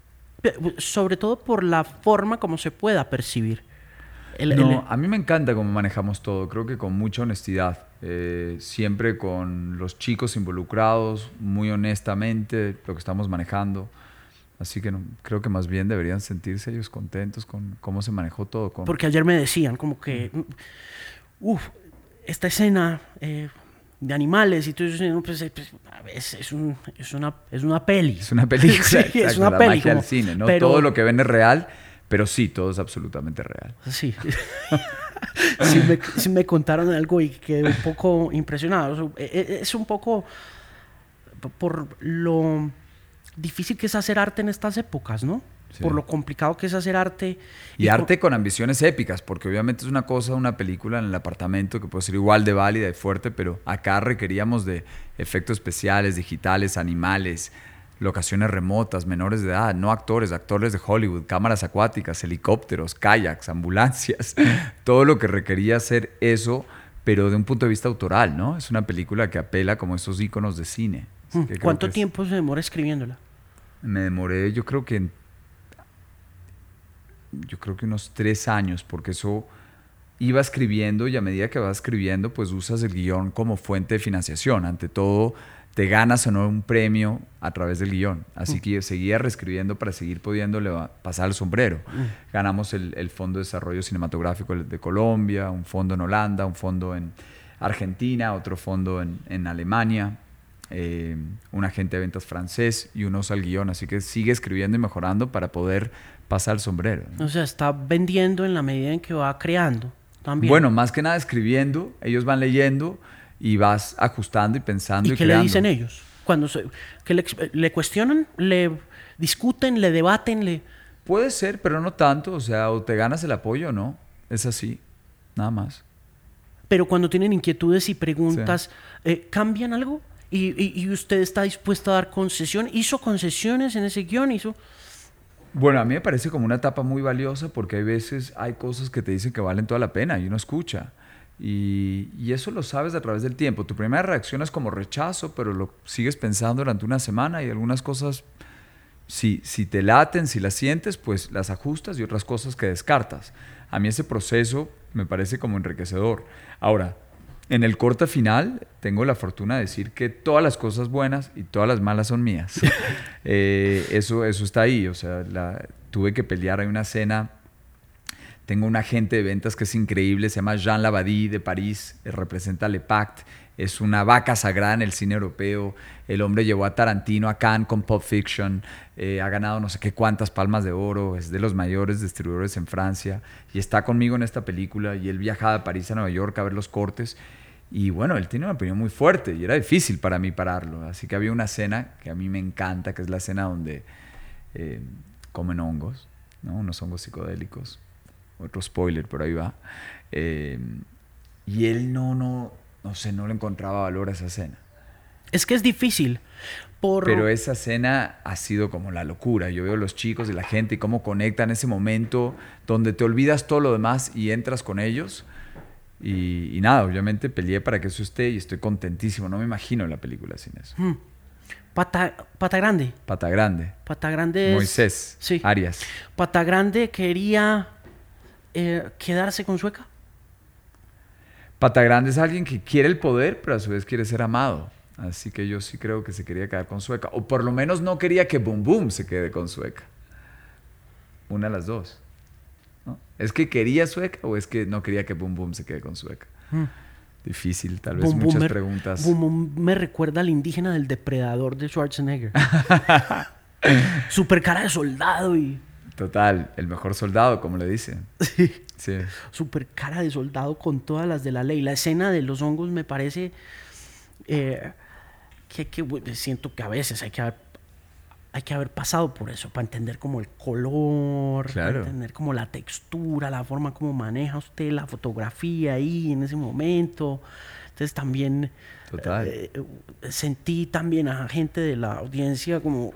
Sobre todo por la forma como se pueda percibir. El, no, el... a mí me encanta cómo manejamos todo, creo que con mucha honestidad, eh, siempre con los chicos involucrados, muy honestamente, lo que estamos manejando. Así que no, creo que más bien deberían sentirse ellos contentos con cómo se manejó todo. Con... Porque ayer me decían como que, uff, esta escena eh, de animales y todo eso, pues, pues, a veces es, un, es, una, es una peli. Es una película, sí, exacto, es una la peli. Magia Como, del cine, ¿no? pero... Todo lo que ven es real, pero sí, todo es absolutamente real. Sí. sí, me, sí me contaron algo y quedé un poco impresionado. Es un poco por lo difícil que es hacer arte en estas épocas, ¿no? Sí. Por lo complicado que es hacer arte. Y, y arte con... con ambiciones épicas, porque obviamente es una cosa, una película en el apartamento que puede ser igual de válida y fuerte, pero acá requeríamos de efectos especiales, digitales, animales, locaciones remotas, menores de edad, no actores, actores de Hollywood, cámaras acuáticas, helicópteros, kayaks, ambulancias, todo lo que requería hacer eso, pero de un punto de vista autoral, ¿no? Es una película que apela como esos íconos de cine. ¿Cuánto tiempo se demora escribiéndola? Me demoré, yo creo que en, yo creo que unos tres años, porque eso iba escribiendo y a medida que vas escribiendo, pues usas el guión como fuente de financiación. Ante todo, te ganas o no un premio a través del guión. Así que yo seguía reescribiendo para seguir pudiéndole pasar el sombrero. Ganamos el, el Fondo de Desarrollo Cinematográfico de Colombia, un fondo en Holanda, un fondo en Argentina, otro fondo en, en Alemania. Eh, un agente de ventas francés y unos al guión, así que sigue escribiendo y mejorando para poder pasar el sombrero, ¿no? O sea, está vendiendo en la medida en que va creando también. Bueno, más que nada escribiendo, ellos van leyendo y vas ajustando y pensando y, ¿Y qué creando. le dicen ellos? Cuando se, que le, le cuestionan, le discuten, le debaten, le... Puede ser, pero no tanto, o sea, o te ganas el apoyo o no, es así, nada más. Pero cuando tienen inquietudes y preguntas, sí. eh, ¿cambian algo? ¿Y, y, ¿Y usted está dispuesto a dar concesión? ¿Hizo concesiones en ese guión? ¿Hizo? Bueno, a mí me parece como una etapa muy valiosa porque hay veces hay cosas que te dicen que valen toda la pena y uno escucha. Y, y eso lo sabes a través del tiempo. Tu primera reacción es como rechazo, pero lo sigues pensando durante una semana y algunas cosas, si, si te laten, si las sientes, pues las ajustas y otras cosas que descartas. A mí ese proceso me parece como enriquecedor. Ahora, en el corte final tengo la fortuna de decir que todas las cosas buenas y todas las malas son mías. eh, eso, eso está ahí. O sea, la, tuve que pelear. Hay una escena Tengo un agente de ventas que es increíble, se llama Jean Labadie de París, eh, representa Le Pacte, es una vaca sagrada en el cine europeo. El hombre llevó a Tarantino a Cannes con Pulp Fiction, eh, ha ganado no sé qué cuántas palmas de oro, es de los mayores distribuidores en Francia y está conmigo en esta película y él viajaba de París a Nueva York a ver los cortes y bueno, él tiene una opinión muy fuerte y era difícil para mí pararlo, así que había una escena que a mí me encanta, que es la escena donde eh, comen hongos, ¿no? Unos hongos psicodélicos, otro spoiler, pero ahí va, eh, y él no, no, no sé, no le encontraba valor a esa escena. Es que es difícil. Por... Pero esa escena ha sido como la locura. Yo veo a los chicos y la gente y cómo conectan ese momento donde te olvidas todo lo demás y entras con ellos. Y, y nada, obviamente peleé para que eso esté y estoy contentísimo. No me imagino la película sin eso. Hmm. Pata, Pata Grande. Pata Grande. Pata Grande es... Moisés. Sí. Arias. Pata Grande quería eh, quedarse con Sueca. Pata Grande es alguien que quiere el poder, pero a su vez quiere ser amado. Así que yo sí creo que se quería quedar con Sueca. O por lo menos no quería que Boom Boom se quede con Sueca. Una de las dos, ¿no? ¿Es que quería Sueca o es que no quería que Boom Boom se quede con Sueca? Hmm. Difícil, tal vez Boom, muchas boom me, preguntas. Boom Boom me recuerda al indígena del Depredador de Schwarzenegger. Super cara de soldado y... Total, el mejor soldado, como le dicen. Sí. Sí. Super cara de soldado con todas las de la ley. La escena de los hongos me parece... Eh, que, que siento que a veces hay que haber, hay que haber pasado por eso para entender como el color, claro. Para entender como la textura, la forma como maneja usted la fotografía ahí en ese momento. Entonces también Total. Eh, sentí también a gente de la audiencia como...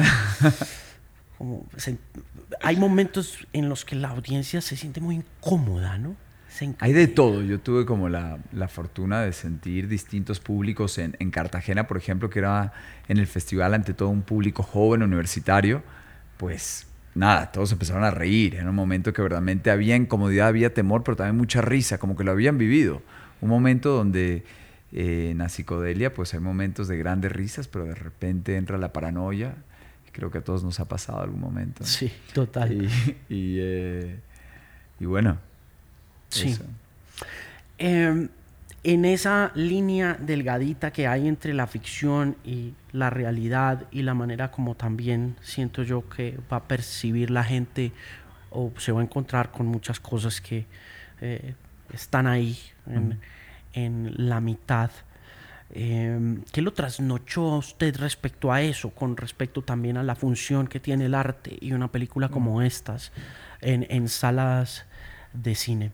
como se, hay momentos en los que la audiencia se siente muy incómoda, ¿no? Hay de todo. Yo tuve como la, la fortuna de sentir distintos públicos en, en Cartagena, por ejemplo, que era en el festival ante todo un público joven, universitario. Pues nada, todos empezaron a reír. Era un momento que verdaderamente había incomodidad, había temor, pero también mucha risa, como que lo habían vivido. Un momento donde eh, en la psicodelia pues hay momentos de grandes risas, pero de repente entra la paranoia. Creo que a todos nos ha pasado algún momento, ¿no? Sí, total. Y, y, eh, y bueno... Sí. Eh, en esa línea delgadita que hay entre la ficción y la realidad y la manera como también siento yo que va a percibir la gente o se va a encontrar con muchas cosas que eh, están ahí en, uh-huh. en la mitad. Eh, ¿Qué lo trasnochó a usted respecto a eso, con respecto también a la función que tiene el arte y una película como uh-huh. estas en, en salas de cine?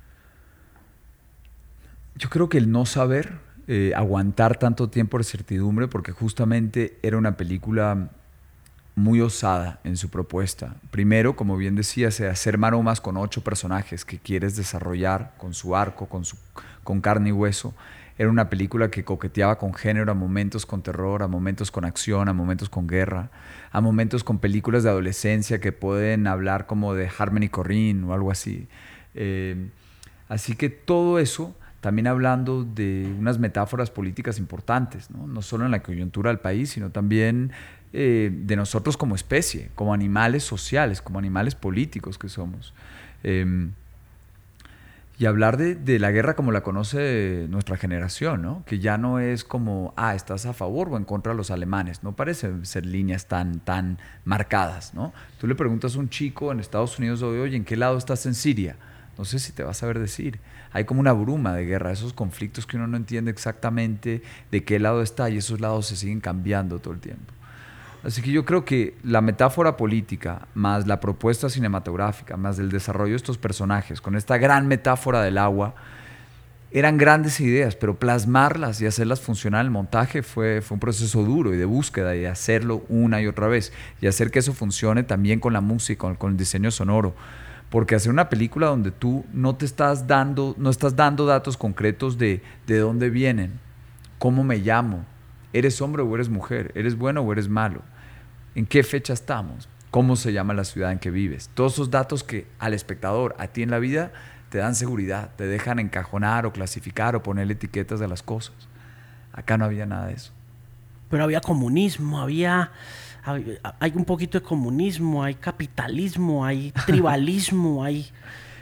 Yo creo que el no saber, eh, aguantar tanto tiempo de certidumbre, porque justamente era una película muy osada en su propuesta. Primero, como bien decías, hacer maromas con ocho personajes que quieres desarrollar con su arco, con, su, con carne y hueso. Era una película que coqueteaba con género, a momentos con terror, a momentos con acción, a momentos con guerra, a momentos con películas de adolescencia que pueden hablar como de Harmony Korine o algo así. Eh, así que todo eso... También hablando de unas metáforas políticas importantes, ¿no? No solo en la coyuntura del país, sino también eh, de nosotros como especie, como animales sociales, como animales políticos que somos. Eh, y hablar de, de la guerra como la conoce nuestra generación, ¿no? Que ya no es como, ah, estás a favor o en contra de los alemanes. No parecen ser líneas tan, tan marcadas, ¿no? Tú le preguntas a un chico en Estados Unidos hoy, oye, ¿en qué lado estás en Siria? No sé si te vas a saber decir. Hay como una bruma de guerra, esos conflictos que uno no entiende exactamente de qué lado está y esos lados se siguen cambiando todo el tiempo. Así que yo creo que la metáfora política, más la propuesta cinematográfica, más el desarrollo de estos personajes, con esta gran metáfora del agua, eran grandes ideas, pero plasmarlas y hacerlas funcionar en el montaje fue, fue un proceso duro y de búsqueda y de hacerlo una y otra vez y hacer que eso funcione también con la música, con, con el diseño sonoro. Porque hacer una película donde tú no te estás dando, no estás dando datos concretos de, de dónde vienen, cómo me llamo, eres hombre o eres mujer, eres bueno o eres malo, en qué fecha estamos, cómo se llama la ciudad en que vives. Todos esos datos que al espectador, a ti en la vida, te dan seguridad, te dejan encajonar o clasificar o ponerle etiquetas a las cosas. Acá no había nada de eso. Pero había comunismo, había... Hay un poquito de comunismo, hay capitalismo, hay tribalismo, hay...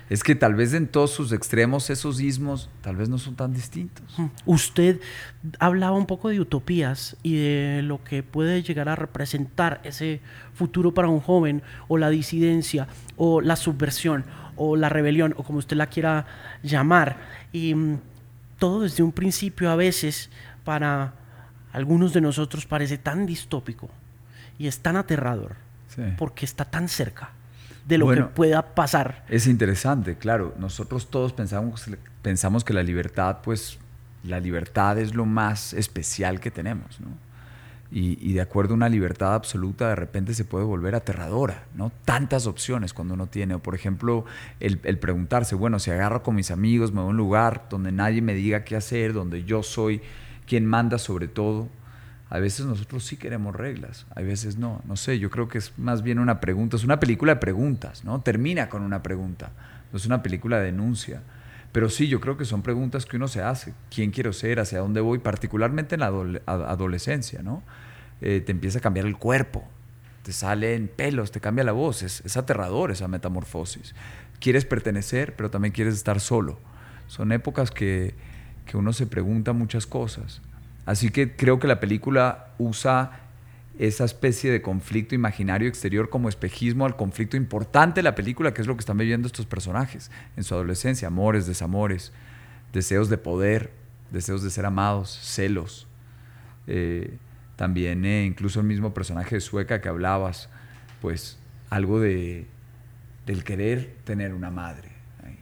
Es que tal vez en todos sus extremos esos ismos tal vez no son tan distintos. Usted hablaba un poco de utopías y de lo que puede llegar a representar ese futuro para un joven, o la disidencia, o la subversión, o la rebelión, o como usted la quiera llamar. Y mm, todo desde un principio a veces para algunos de nosotros parece tan distópico y es tan aterrador, sí, porque está tan cerca de lo bueno, que pueda pasar. Es interesante, claro. Nosotros todos pensamos, pensamos que la libertad, pues, la libertad es lo más especial que tenemos, ¿no? Y, y de acuerdo a una libertad absoluta, de repente se puede volver aterradora, ¿no? Tantas opciones cuando uno tiene. O, por ejemplo, el, el preguntarse, bueno, si agarro con mis amigos, me voy a un lugar donde nadie me diga qué hacer, donde yo soy quien manda sobre todo. A veces nosotros sí queremos reglas, a veces no. No sé, yo creo que es más bien una pregunta. Es una película de preguntas, ¿no? Termina con una pregunta. No es una película de denuncia. Pero sí, yo creo que son preguntas que uno se hace. ¿Quién quiero ser? ¿Hacia dónde voy? Particularmente en la adole- adolescencia, ¿no? Eh, te empieza a cambiar el cuerpo, te salen pelos, te cambia la voz. Es, es aterrador esa metamorfosis. Quieres pertenecer, pero también quieres estar solo. Son épocas que, que uno se pregunta muchas cosas. Así que creo que la película usa esa especie de conflicto imaginario exterior como espejismo al conflicto importante de la película, que es lo que están viviendo estos personajes en su adolescencia: amores, desamores, deseos de poder, deseos de ser amados, celos. Eh, también eh, incluso el mismo personaje de Sueca que hablabas, pues algo de, del querer tener una madre ahí,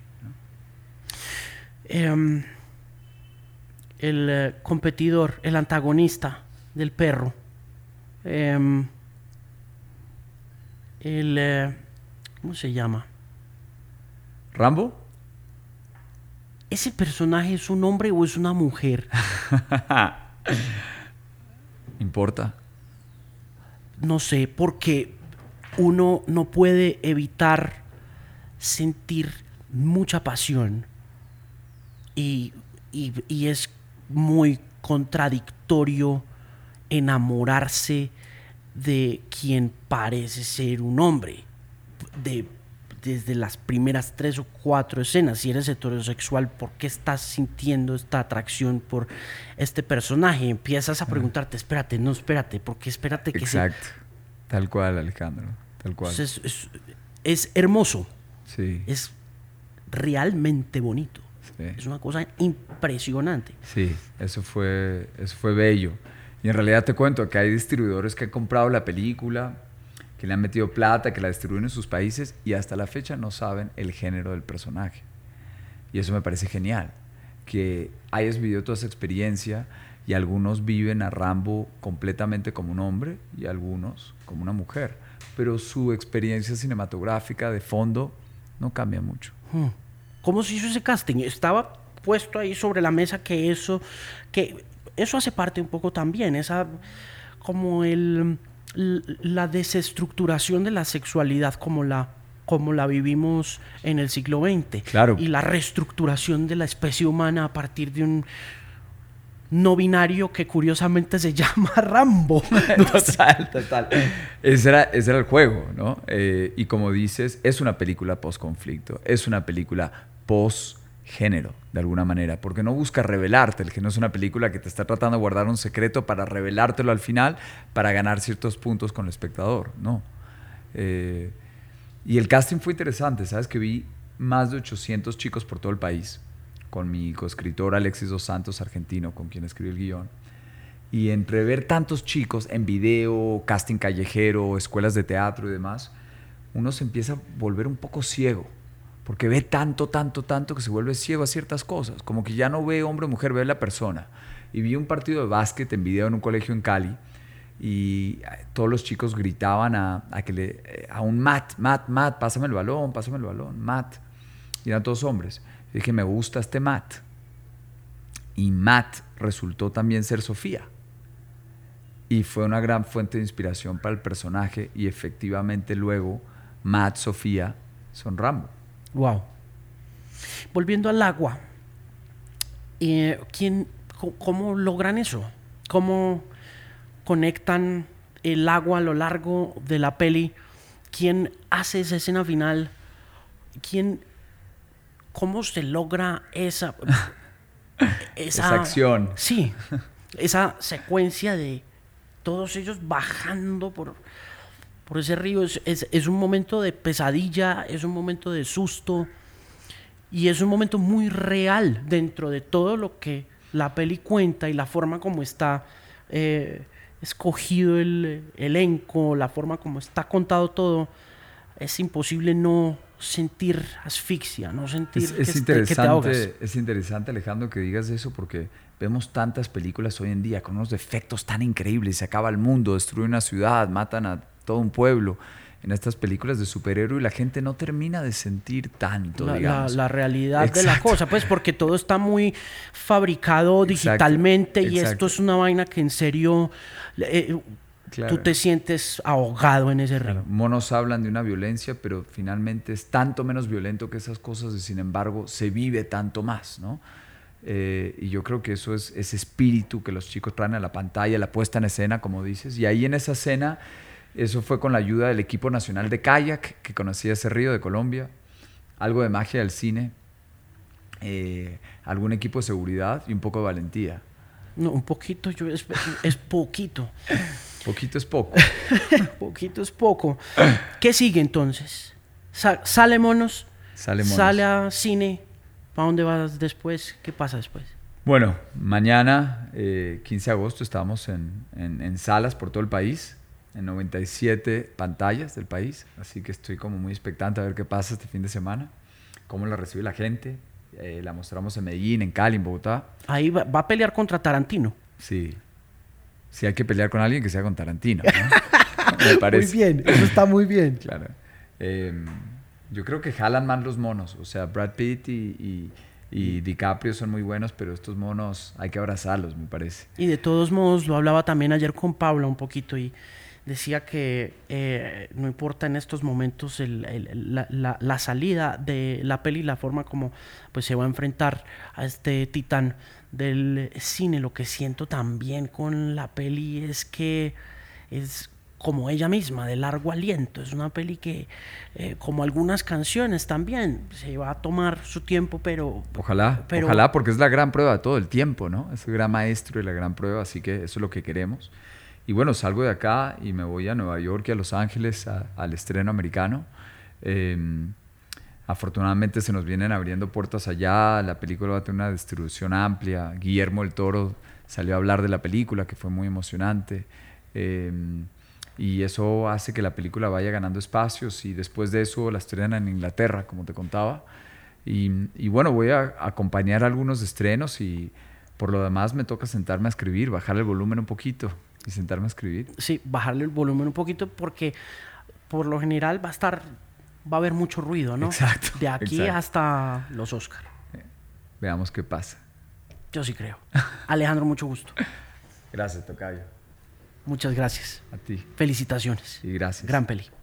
¿no? Um... El eh, competidor, el antagonista del perro, eh, el, eh, ¿cómo se llama? ¿Rambo? ¿Ese personaje es un hombre o es una mujer? ¿Importa? No sé, porque uno no puede evitar sentir mucha pasión y, y, y es muy contradictorio enamorarse de quien parece ser un hombre. De, desde las primeras tres o cuatro escenas, si eres heterosexual, ¿por qué estás sintiendo esta atracción por este personaje? Empiezas a preguntarte, espérate, no, espérate, porque espérate que Exacto, se... tal cual, Alejandro, tal cual. Es, es, es hermoso, sí, es realmente bonito. Sí. Es una cosa impresionante. Sí, eso fue, eso fue bello. Y en realidad te cuento que hay distribuidores que han comprado la película, que le han metido plata, que la distribuyen en sus países y hasta la fecha no saben el género del personaje. Y eso me parece genial, que hayas vivido toda esa experiencia y algunos viven a Rambo completamente como un hombre y algunos como una mujer. Pero su experiencia cinematográfica de fondo no cambia mucho. Hmm. ¿Cómo se hizo ese casting? Estaba puesto ahí sobre la mesa que eso, que eso hace parte un poco también, esa como el, la desestructuración de la sexualidad como la, como la vivimos en el siglo veinte. Claro. Y la reestructuración de la especie humana a partir de un no binario que curiosamente se llama Rambo. Total, total. Ese era, ese era el juego, ¿no? Eh, y como dices, es una película post-conflicto, es una película post-género, de alguna manera, porque no busca revelarte. El género es una película que te está tratando de guardar un secreto para revelártelo al final, para ganar ciertos puntos con el espectador, ¿no? Eh, y el casting fue interesante, ¿sabes? Que vi más de ochocientos chicos por todo el país, con mi coescritor Alexis Dos Santos, argentino, con quien escribí el guión. Y entre ver tantos chicos en video, casting callejero, escuelas de teatro y demás, uno se empieza a volver un poco ciego, porque ve tanto, tanto, tanto que se vuelve ciego a ciertas cosas, como que ya no ve hombre o mujer, ve la persona. Y vi un partido de básquet en video en un colegio en Cali, y todos los chicos gritaban a, a, que le, a un Matt, Matt, Matt, pásame el balón, pásame el balón, Matt. Y eran todos hombres. Y dije, me gusta este Matt. Y Matt resultó también ser Sofía. Y fue una gran fuente de inspiración para el personaje. Y efectivamente luego Matt, Sofía son Rambo. Wow. Volviendo al agua. Eh, ¿quién, ¿Cómo logran eso? ¿Cómo conectan el agua a lo largo de la peli? ¿Quién hace esa escena final? ¿Quién cómo se logra esa, esa, esa acción. Sí, esa secuencia de todos ellos bajando por, por ese río. Es, es, es un momento de pesadilla, es un momento de susto y es un momento muy real dentro de todo lo que la peli cuenta y la forma como está eh, escogido el elenco, la forma como está contado todo. Es imposible no sentir asfixia, no sentir es, es que, interesante, que te ahogas. Es interesante, Alejandro, que digas eso porque vemos tantas películas hoy en día con unos defectos tan increíbles. Se acaba el mundo, destruyen una ciudad, matan a todo un pueblo. En estas películas de superhéroe la gente no termina de sentir tanto, la, digamos. La, la realidad exacto. de la cosa, pues porque todo está muy fabricado digitalmente exacto, y exacto. Esto es una vaina que en serio eh, claro. Tú te sientes ahogado en ese río. Claro. Monos hablan de una violencia, pero finalmente es tanto menos violento que esas cosas y sin embargo se vive tanto más, ¿no? Eh, y yo creo que eso es ese espíritu que los chicos traen a la pantalla, la puesta en escena, como dices. Y ahí en esa escena, eso fue con la ayuda del equipo nacional de kayak, que conocía ese río de Colombia, algo de magia del cine, eh, algún equipo de seguridad y un poco de valentía. No, un poquito, yo, es, es poquito. Poquito es poco. Poquito es poco. ¿Qué sigue entonces? Sa- ¿Sale Monos? Sale Monos. ¿Sale a cine? ¿Para dónde vas después? ¿Qué pasa después? Bueno, mañana, eh, quince de agosto, estamos en, en, en salas por todo el país, en noventa y siete pantallas del país, así que estoy como muy expectante a ver qué pasa este fin de semana, cómo la recibe la gente. Eh, la mostramos en Medellín, en Cali, en Bogotá. Ahí va, va a pelear contra Tarantino. Sí. Si hay que pelear con alguien, que sea con Tarantino, ¿no? Me parece. Muy bien, eso está muy bien. Claro. Eh, yo creo que jalan más los monos. O sea, Brad Pitt y, y, y DiCaprio son muy buenos, pero estos monos hay que abrazarlos, me parece. Y de todos modos, lo hablaba también ayer con Paula un poquito y decía que eh, no importa en estos momentos el, el, la, la, la salida de la peli, la forma como pues, se va a enfrentar a este titán del cine. Lo que siento también con la peli es que es como ella misma, de largo aliento. Es una peli que, eh, como algunas canciones también, se va a tomar su tiempo, pero... Ojalá, pero, ojalá, porque es la gran prueba de todo el tiempo, ¿no? Es el gran maestro y la gran prueba, así que eso es lo que queremos. Y bueno, salgo de acá y me voy a Nueva York y a Los Ángeles a, al estreno americano. Eh, afortunadamente se nos vienen abriendo puertas allá, la película va a tener una distribución amplia. Guillermo del Toro salió a hablar de la película, que fue muy emocionante. Eh, y eso hace que la película vaya ganando espacios y después de eso la estrenan en Inglaterra, como te contaba. Y, y bueno, voy a acompañar algunos estrenos y por lo demás me toca sentarme a escribir, bajar el volumen un poquito y sentarme a escribir. Sí, bajarle el volumen un poquito porque por lo general va a estar, va a haber mucho ruido, ¿no? Exacto. De aquí exacto. hasta los Oscar. Eh, veamos qué pasa. Yo sí creo. Alejandro, mucho gusto. Gracias, tocayo. Muchas gracias. A ti. Felicitaciones. Y gracias. Gran peli.